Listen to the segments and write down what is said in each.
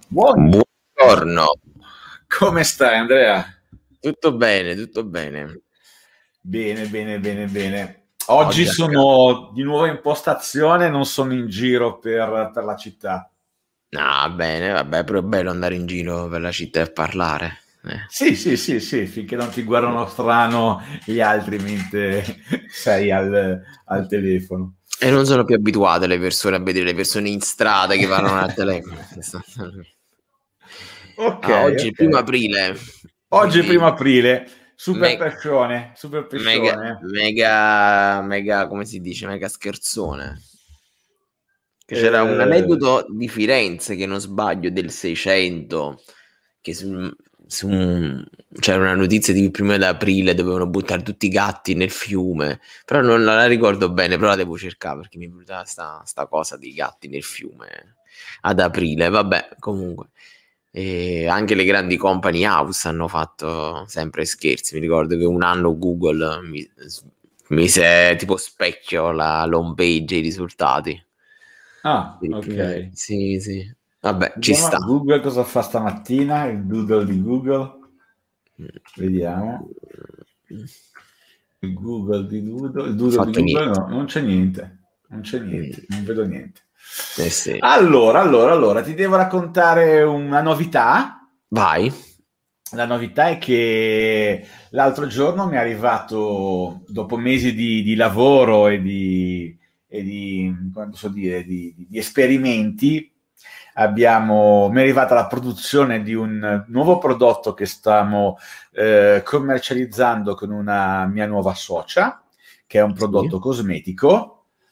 Buongiorno, Come stai, Andrea? tutto bene, tutto bene. Bene, bene, bene, bene. Oggi Oggi a ca sono di nuovo in postazione, non sono in giro per la città. ah, bene, vabbè, però è bello andare in giro per la città e parlare. Sì, sì, sì, sì, finché non ti guardano strano gli altri mentre sei al telefono. E non sono più abituate le persone a vedere le persone in strada che parlano al telefono. Ok, Oggi è il primo ok. aprile, Oggi è il quindi primo aprile, super me pescione, super mega pescione. mega come si dice, mega scherzone. Che c'era un Eh, aneddoto di Firenze, che non sbaglio, del '600, che c'era una notizia di prima d'aprile, dovevano buttare tutti i gatti nel fiume, però non la ricordo bene, però la devo cercare perché mi è venuta sta cosa dei gatti nel fiume ad aprile, vabbè, comunque. E anche le grandi company house hanno fatto sempre scherzi, mi ricordo che un anno Google mise tipo specchio l'home page e i risultati. ok. Sì, sì. Vabbè, ci sta. Vediamo Google cosa fa stamattina, il doodle di Google. Vediamo. Il Ho doodle di fatto Google niente. no, non c'è niente, non c'è niente, Mm. non vedo niente. Eh sì. Allora, ti devo raccontare una novità. Vai. La novità è che l'altro giorno mi è arrivato, dopo mesi di lavoro come posso dire, di esperimenti, mi è arrivata la produzione di un nuovo prodotto che stiamo commercializzando con una mia nuova socia, che è un Sì. prodotto cosmetico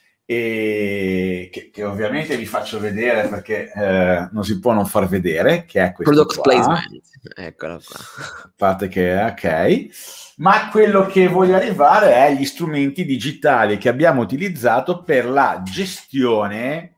e che ovviamente vi faccio vedere perché non si può non far vedere, che è questo Product qua. placement. Eccola qua. A parte che ok, ma quello che voglio arrivare è gli strumenti digitali che abbiamo utilizzato per la gestione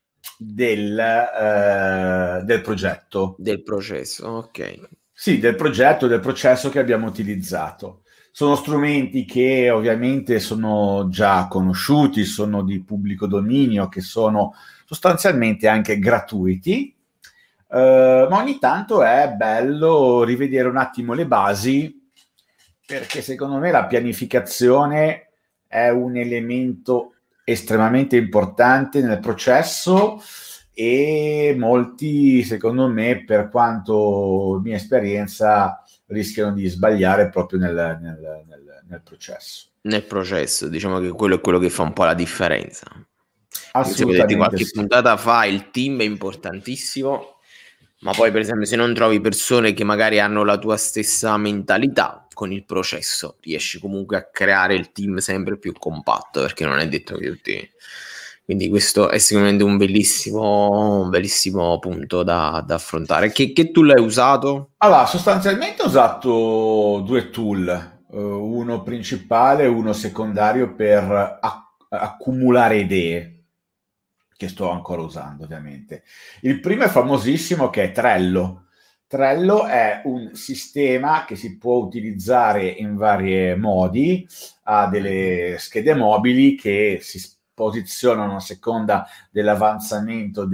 del progetto. Del processo, ok. Sì, del progetto, del processo che abbiamo utilizzato. Sono strumenti che ovviamente sono già conosciuti, sono di pubblico dominio, che sono sostanzialmente anche gratuiti, ma ogni tanto è bello rivedere un attimo le basi, perché secondo me la pianificazione è un elemento estremamente importante nel processo e molti, secondo me, per quanto mia esperienza, rischiano di sbagliare proprio nel processo. Nel processo, diciamo che quello è quello che fa un po' la differenza. Come siamo detti Assolutamente qualche sì. puntata fa, il team è importantissimo, ma poi per esempio se non trovi persone che magari hanno la tua stessa mentalità con il processo, riesci comunque a creare il team sempre più compatto, perché non è detto che tutti... Quindi questo è sicuramente un bellissimo punto da affrontare. Che tool hai usato? Allora, sostanzialmente ho usato due tool, uno principale e uno secondario per accumulare idee, che sto ancora usando ovviamente. Il primo è famosissimo che è Trello. Trello è un sistema che si può utilizzare in vari modi, ha delle schede mobili che si posizionano a seconda dell'avanzamento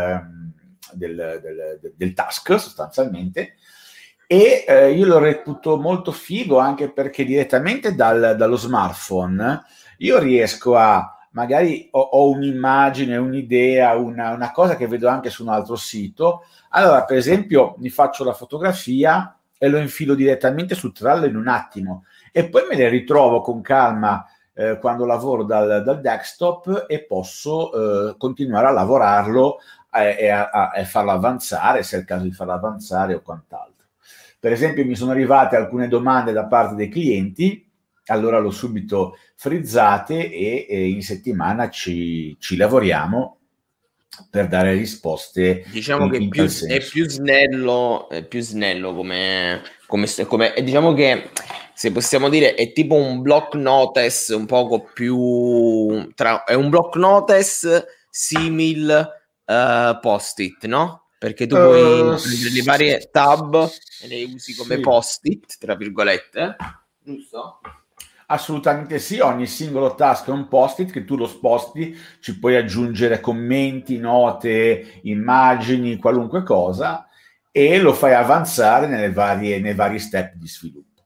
del task sostanzialmente e io lo reputo molto figo anche perché direttamente dallo smartphone io riesco a magari ho un'immagine, un'idea, una cosa che vedo anche su un altro sito. Allora, per esempio, mi faccio la fotografia e lo infilo direttamente su Trello in un attimo e poi me le ritrovo con calma quando lavoro dal desktop e posso continuare a lavorarlo e farlo avanzare, se è il caso di farlo avanzare o quant'altro. Per esempio, mi sono arrivate alcune domande da parte dei clienti, allora l'ho subito frizzate e in settimana ci lavoriamo per dare risposte Diciamo che in tal è senso. più snello e diciamo che se possiamo dire è tipo un block notice un poco più è un block notice simil post-it, no? Perché tu puoi prendere le varie tab e le usi come Sì. post-it, tra virgolette, giusto? Assolutamente sì, ogni singolo task è un post-it che tu lo sposti, ci puoi aggiungere commenti, note, immagini, qualunque cosa e lo fai avanzare nei vari step di sviluppo.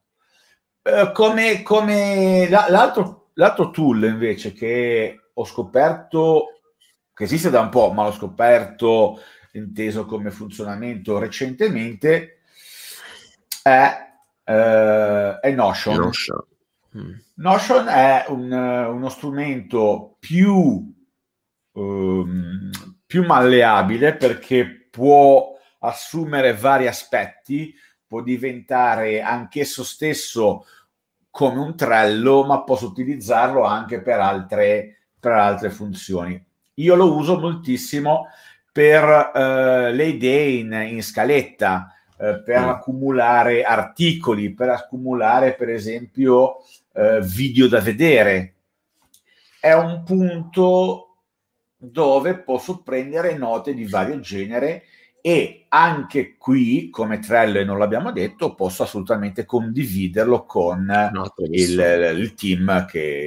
L'altro tool invece che ho scoperto, che esiste da un po', ma l'ho scoperto inteso come funzionamento recentemente, è Non Notion. so. Mm. Notion è uno strumento ehm, più malleabile perché può assumere vari aspetti, può diventare anch'esso stesso come un Trello, ma posso utilizzarlo anche per altre funzioni. Io lo uso moltissimo per le idee in scaletta, per accumulare articoli, per accumulare per esempio video da vedere. È un punto dove posso prendere note di vario genere e anche qui, come Trello e non l'abbiamo detto, posso assolutamente condividerlo con Un'altra persona. il team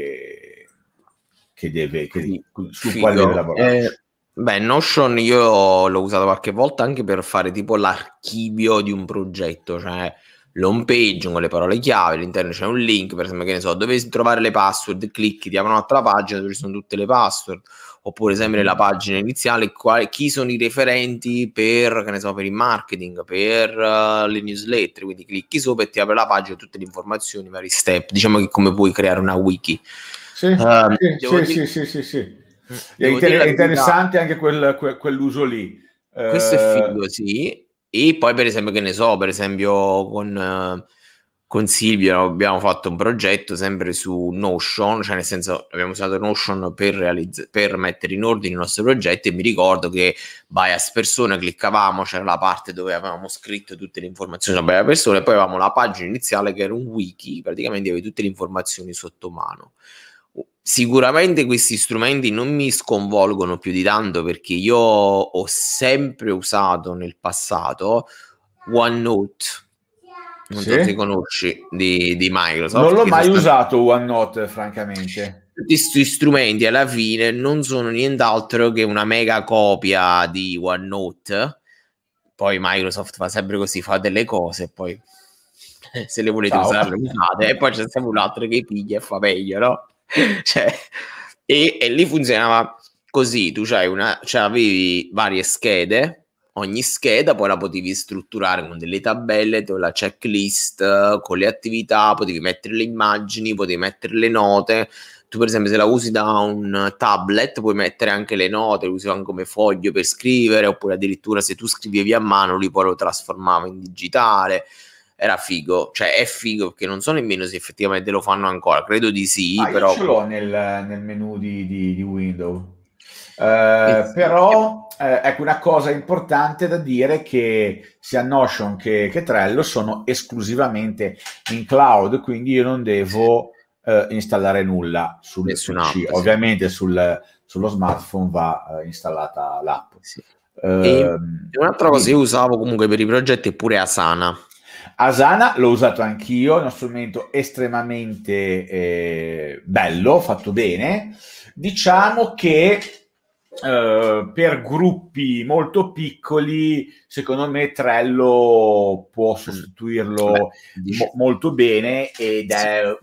sul quale deve Figo. lavorarci. Beh, Notion io l'ho usato qualche volta anche per fare tipo l'archivio di un progetto, cioè l'home page con le parole chiave, all'interno c'è un link, per esempio, che ne so, dove trovare le password, clicchi, ti apre un'altra pagina dove ci sono tutte le password, oppure sempre nella pagina iniziale chi sono i referenti per, che ne so, per il marketing, per le newsletter, quindi clicchi sopra e ti apre la pagina con tutte le informazioni, vari step, diciamo che come puoi creare una wiki. Sì, Devo sì, dire, sì, sì, sì. devo dire È la verità, interessante anche quell'uso lì. questo è figo, sì. E poi, per esempio, che ne so, per esempio, con Silvio abbiamo fatto un progetto sempre su Notion, cioè nel senso abbiamo usato Notion per mettere in ordine i nostri progetti e mi ricordo che bias persona cliccavamo, c'era la parte dove avevamo scritto tutte le informazioni su bias persona e poi avevamo la pagina iniziale che era un wiki, praticamente avevi tutte le informazioni sotto mano. Sicuramente questi strumenti non mi sconvolgono più di tanto perché io ho sempre usato nel passato OneNote, non so se Sì? conosci, di Non Microsoft, l'ho che mai sostanzialmente usato OneNote, francamente. tutti questi strumenti alla fine non sono nient'altro che una mega copia di OneNote. Poi Microsoft fa sempre così, fa delle cose e poi se le volete Ciao. usare, le usate. E poi c'è sempre un altro che piglia e fa meglio, no? Cioè, e lì funzionava così, tu cioè avevi varie schede, ogni scheda poi la potevi strutturare con delle tabelle, con la checklist, con le attività, potevi mettere le immagini, potevi mettere le note. Tu per esempio se la usi da un tablet puoi mettere anche le note, lo usi anche come foglio per scrivere, oppure addirittura se tu scrivevi a mano lui poi lo trasformava in digitale. Era figo, cioè è figo perché non so nemmeno se effettivamente lo fanno ancora, credo di sì, Ah, io però ce l'ho nel menu di Windows. sì. Però ecco una cosa importante da dire è che sia Notion che Trello sono esclusivamente in cloud, quindi io non devo installare nulla sul PC. Nessun'app, sì. Ovviamente sullo smartphone va installata l'app. Sì. E un'altra cosa che io Dimmi. usavo comunque per i progetti è pure Asana. Asana l'ho usato anch'io, è uno strumento estremamente bello, fatto bene. Diciamo che per gruppi molto piccoli, secondo me Trello può Beh, sostituirlo dici, molto bene ed sì. è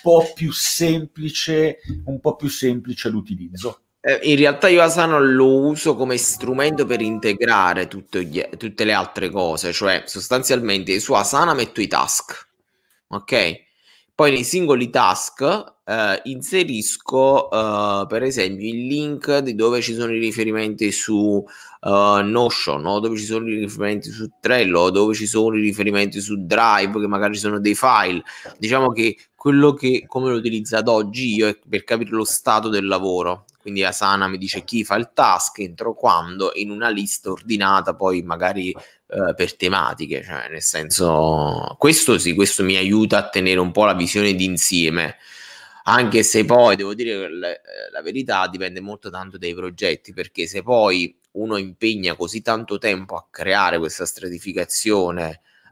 un po' più semplice l'utilizzo. In realtà io Asana lo uso come strumento per integrare tutte le altre cose, cioè sostanzialmente su Asana metto i task, ok? Poi nei singoli task inserisco per esempio il link di dove ci sono i riferimenti su Notion, o dove ci sono i riferimenti su Trello, o dove ci sono i riferimenti su Drive, che magari ci sono dei file. Diciamo che quello che come lo utilizzo ad oggi io è per capire lo stato del lavoro. Quindi Asana mi dice chi fa il task, entro quando, in una lista ordinata, poi magari per tematiche, cioè nel senso, questo sì, questo mi aiuta a tenere un po' la visione d'insieme, anche se poi devo dire che la verità dipende molto tanto dai progetti, perché se poi uno impegna così tanto tempo a creare questa stratificazione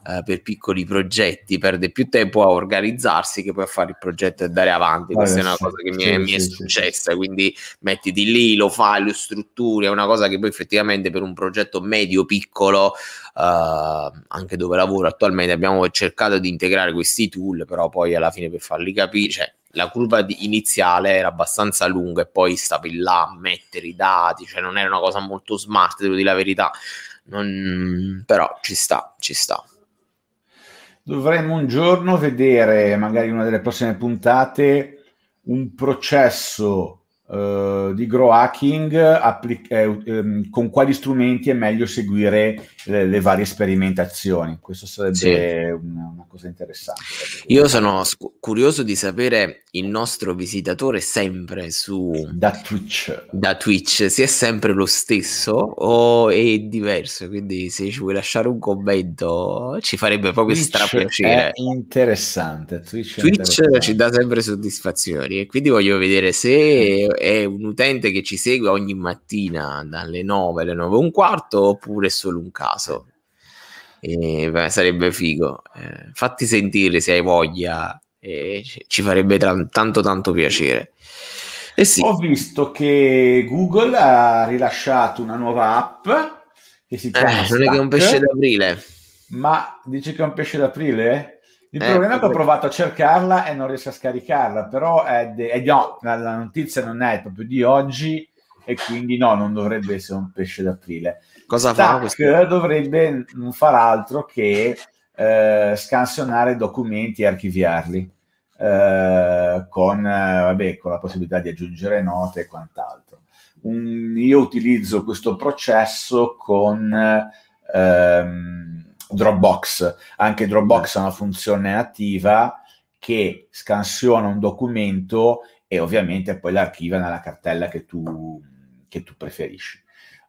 per piccoli progetti, perde più tempo a organizzarsi che poi a fare il progetto e andare avanti. Questa è una cosa che mi è successa, quindi mettiti lì, lo fai, lo strutturi, è una cosa che poi effettivamente per un progetto medio piccolo, anche dove lavoro attualmente, abbiamo cercato di integrare questi tool, però poi alla fine per farli capire, cioè la curva iniziale era abbastanza lunga e poi stavi là a mettere i dati, cioè non era una cosa molto smart, devo dire la verità, però ci sta. Dovremmo un giorno vedere, magari in una delle prossime puntate, un processo di grow hacking, con quali strumenti è meglio seguire le varie sperimentazioni. Questo sarebbe una cosa interessante. Io sono curioso di sapere il nostro visitatore sempre da Twitch. Se è sempre lo stesso o è diverso, quindi se ci vuoi lasciare un commento ci farebbe proprio strapiacere. È interessante. Twitch ci dà sempre soddisfazioni e quindi voglio vedere se è un utente che ci segue ogni mattina dalle 9 alle 9 e un quarto oppure è solo un caso. Sarebbe figo, fatti sentire se hai voglia, ci farebbe tanto piacere. Sì. Ho visto che Google ha rilasciato una nuova app che si chiama non è che è un pesce d'aprile, ma dici che è un pesce d'aprile? Il problema è che ho provato a cercarla e non riesco a scaricarla, però no, la notizia non è proprio di oggi e quindi no, non dovrebbe essere un pesce d'aprile. Cosa Stack dovrebbe non far altro che scansionare documenti e archiviarli con la possibilità di aggiungere note e quant'altro. Io utilizzo questo processo con Dropbox. Anche Dropbox ha una funzione nativa che scansiona un documento e ovviamente poi l'archivia nella cartella che tu preferisci.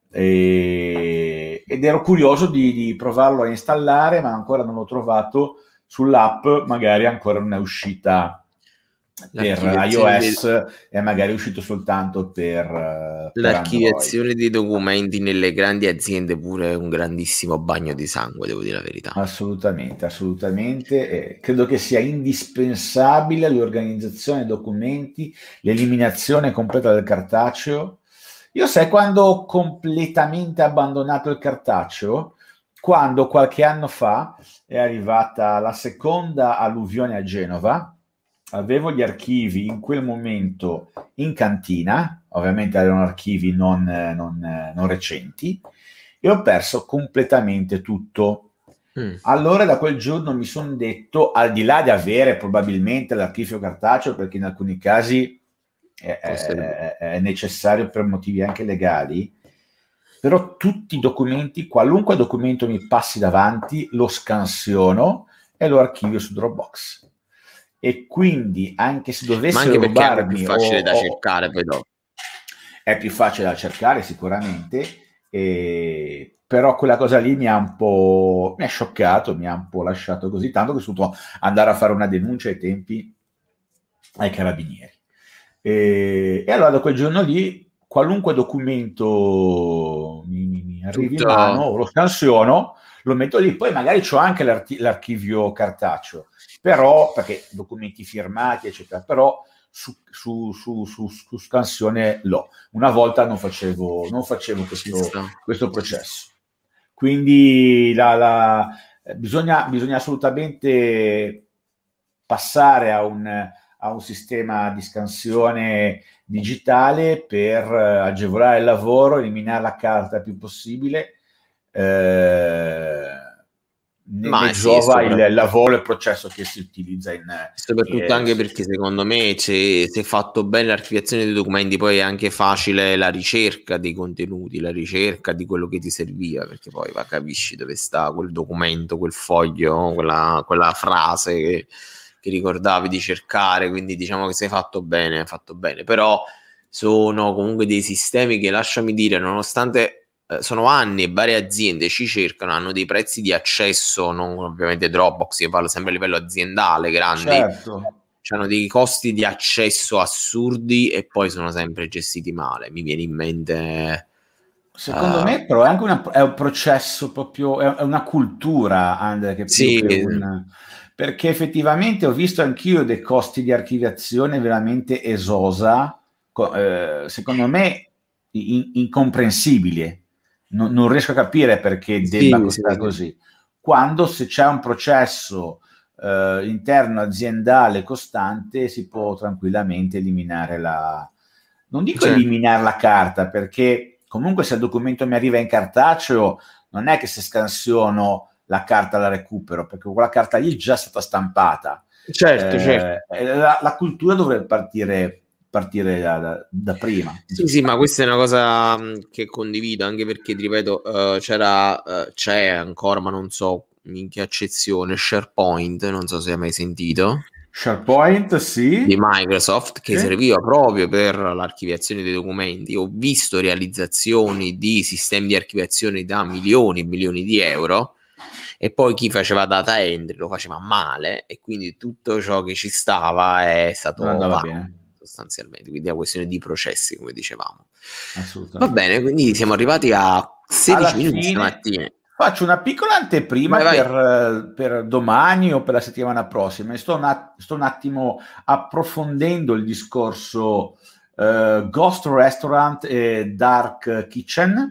Ed ero curioso di provarlo a installare, ma ancora non l'ho trovato sull'app, magari ancora non è uscita per iOS e magari è uscito soltanto per l'archiviazione dei documenti nelle grandi aziende pure è un grandissimo bagno di sangue, devo dire la verità. Assolutamente. Credo che sia indispensabile l'organizzazione dei documenti, l'eliminazione completa del cartaceo. Io sai quando ho completamente abbandonato il cartaceo? Quando qualche anno fa è arrivata la seconda alluvione a Genova, avevo gli archivi in quel momento in cantina, ovviamente erano archivi non recenti, e ho perso completamente tutto. Allora da quel giorno mi sono detto, al di là di avere probabilmente l'archivio cartaceo, perché in alcuni casi è necessario per motivi anche legali, però tutti i documenti, qualunque documento mi passi davanti, lo scansiono e lo archivio su Dropbox. E quindi anche se dovessero rubarmi, è più facile da cercare, poi dopo. È più facile da cercare sicuramente, però quella cosa lì mi ha scioccato, mi ha un po' lasciato così, tanto che sono dovuto andare a fare una denuncia ai tempi ai carabinieri. E allora da quel giorno lì qualunque documento mi arrivi in mano, lo scansiono, lo metto lì, poi magari c'ho anche l'archivio cartaceo, però perché documenti firmati eccetera, però su scansione una volta non facevo questo processo, quindi bisogna assolutamente passare a un sistema di scansione digitale per agevolare il lavoro, eliminare la carta il più possibile. Ne giova il lavoro e il processo che si utilizza soprattutto anche perché secondo me se fatto bene l'archiviazione dei documenti poi è anche facile la ricerca dei contenuti, la ricerca di quello che ti serviva, perché poi capisci dove sta quel documento, quel foglio, quella frase che ricordavi di cercare, quindi diciamo che sei fatto bene, però sono comunque dei sistemi che, lasciami dire, nonostante sono anni e varie aziende ci cercano, hanno dei prezzi di accesso, non ovviamente Dropbox, io parlo sempre a livello aziendale, grandi, certo. hanno dei costi di accesso assurdi e poi sono sempre gestiti male. Mi viene in mente Secondo me, però, è anche è un processo proprio, è una cultura, Andre, che più Sì, che un... Perché effettivamente ho visto anch'io dei costi di archiviazione veramente esosa, secondo me incomprensibile. Non riesco a capire perché debba sì, sì, costare sì. così. Quando se c'è un processo interno aziendale costante si può tranquillamente eliminare la... Non dico Cioè, eliminare la carta, perché comunque se il documento mi arriva in cartaceo, non è che se scansiono la carta la recupero, perché quella carta lì è già stata stampata. certo, certo. La cultura dovrebbe partire da prima. Sì, sì, ma questa è una cosa che condivido, anche perché, ti ripeto, c'è ancora, ma non so in che accezione, SharePoint, non so se hai mai sentito, SharePoint, di sì. Microsoft, che Sì. serviva proprio per l'archiviazione dei documenti. Ho visto realizzazioni di sistemi di archiviazione da milioni e milioni di euro, e poi chi faceva data entry lo faceva male, e quindi tutto ciò che ci stava è Non stato andava vano, bene, sostanzialmente, quindi è una questione di processi, come dicevamo. Va assolutamente. bene, quindi siamo arrivati a Alla 16 minuti fine stamattina. faccio una piccola Vai, anteprima vai. per domani o per la settimana prossima. E sto un attimo approfondendo il discorso Ghost Restaurant e Dark Kitchen.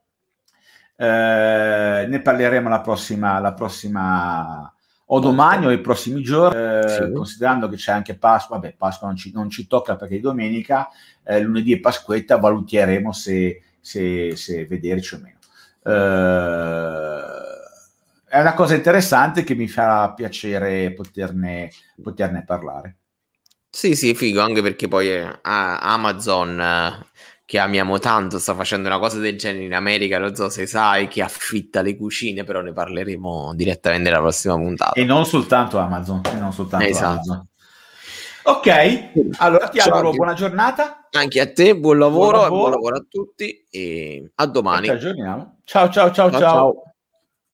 Ne parleremo la prossima o Volta. domani o i prossimi giorni, Sì. considerando che c'è anche Pasqua. Vabbè, Pasqua non ci tocca perché è domenica, lunedì e Pasquetta valuteremo se vederci o meno. È una cosa interessante che mi farà piacere poterne parlare. Sì, sì, figo, anche perché poi Amazon, che amiamo tanto, sta facendo una cosa del genere in America, non so se sai, che affitta le cucine, però ne parleremo direttamente nella prossima E puntata. non soltanto Amazon, e non soltanto Esatto. Amazon. Ok, allora ti Ciao, auguro buona giornata, anche a te, buon buon lavoro e buon lavoro lavoro a tutti, e a e ci domani. aggiorniamo. Ciao ciao ciao Ciao, ciao. ciao.